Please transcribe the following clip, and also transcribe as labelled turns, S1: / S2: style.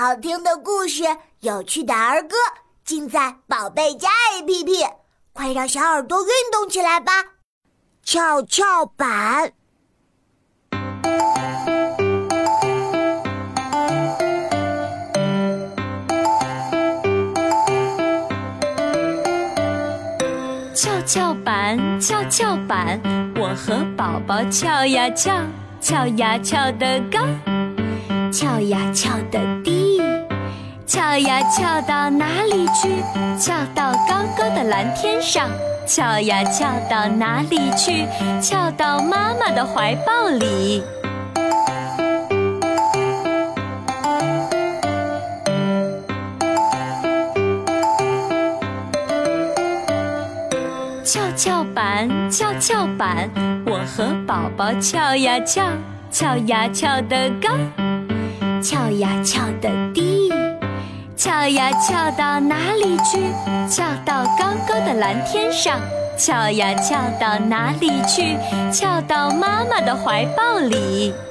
S1: 好听的故事，有趣的儿歌，尽在宝贝家 APP， 快让小耳朵运动起来吧！跷跷板。
S2: 跷跷板，跷跷板，我和宝宝跷呀跷，跷呀跷得高，跷呀跷得低，跷呀跷到哪里去？跷到高高的蓝天上，跷呀跷到哪里去？跷到妈妈的怀抱里。跷跷板，跷跷板，我和宝宝跷呀跷，跷呀跷得高，跷呀跷得低，跷呀跷到哪里去？跷到高高的蓝天上，跷呀跷到哪里去？跷到妈妈的怀抱里。